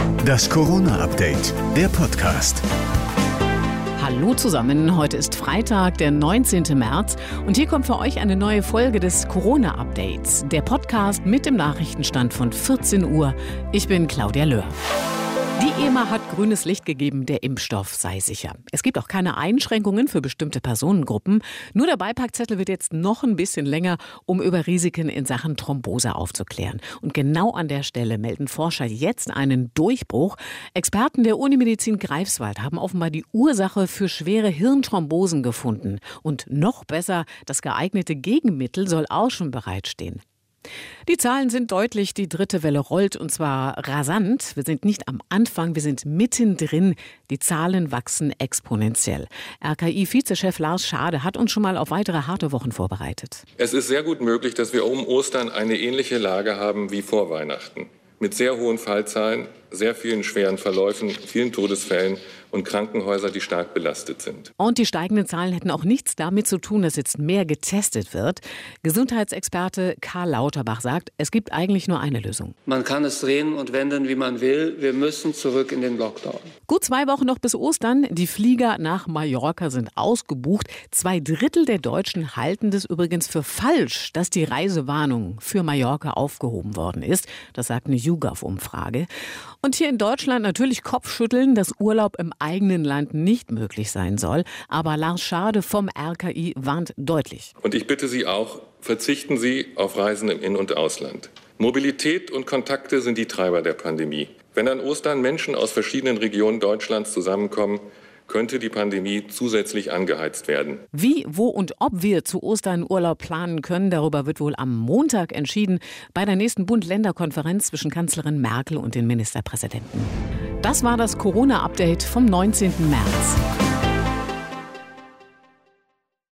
Das Corona-Update, der Podcast. Hallo zusammen, heute ist Freitag, der 19. März und hier kommt für euch eine neue Folge des Corona-Updates, der Podcast mit dem Nachrichtenstand von 14 Uhr. Ich bin Claudia Löhr. Die EMA hat grünes Licht gegeben, der Impfstoff sei sicher. Es gibt auch keine Einschränkungen für bestimmte Personengruppen. Nur der Beipackzettel wird jetzt noch ein bisschen länger, um über Risiken in Sachen Thrombose aufzuklären. Und genau an der Stelle melden Forscher jetzt einen Durchbruch. Experten der Unimedizin Greifswald haben offenbar die Ursache für schwere Hirnthrombosen gefunden. Und noch besser, das geeignete Gegenmittel soll auch schon bereitstehen. Die Zahlen sind deutlich, die dritte Welle rollt und zwar rasant. Wir sind nicht am Anfang, wir sind mittendrin. Die Zahlen wachsen exponentiell. RKI-Vizechef Lars Schade hat uns schon mal auf weitere harte Wochen vorbereitet. Es ist sehr gut möglich, dass wir um Ostern eine ähnliche Lage haben wie vor Weihnachten. Mit sehr hohen Fallzahlen, sehr vielen schweren Verläufen, vielen Todesfällen und Krankenhäusern, die stark belastet sind. Und die steigenden Zahlen hätten auch nichts damit zu tun, dass jetzt mehr getestet wird. Gesundheitsexperte Karl Lauterbach sagt, es gibt eigentlich nur eine Lösung. Man kann es drehen und wenden, wie man will. Wir müssen zurück in den Lockdown. Gut 2 Wochen noch bis Ostern. Die Flieger nach Mallorca sind ausgebucht. 2/3 der Deutschen halten das übrigens für falsch, dass die Reisewarnung für Mallorca aufgehoben worden ist. Das sagt eine YouGov-Umfrage. Und hier in Deutschland natürlich Kopfschütteln, dass Urlaub im eigenen Land nicht möglich sein soll. Aber Lars Schade vom RKI warnt deutlich. Und ich bitte Sie auch, verzichten Sie auf Reisen im In- und Ausland. Mobilität und Kontakte sind die Treiber der Pandemie. Wenn an Ostern Menschen aus verschiedenen Regionen Deutschlands zusammenkommen, könnte die Pandemie zusätzlich angeheizt werden. Wie, wo und ob wir zu Ostern Urlaub planen können, darüber wird wohl am Montag entschieden bei der nächsten Bund-Länder-Konferenz zwischen Kanzlerin Merkel und den Ministerpräsidenten. Das war das Corona-Update vom 19. März.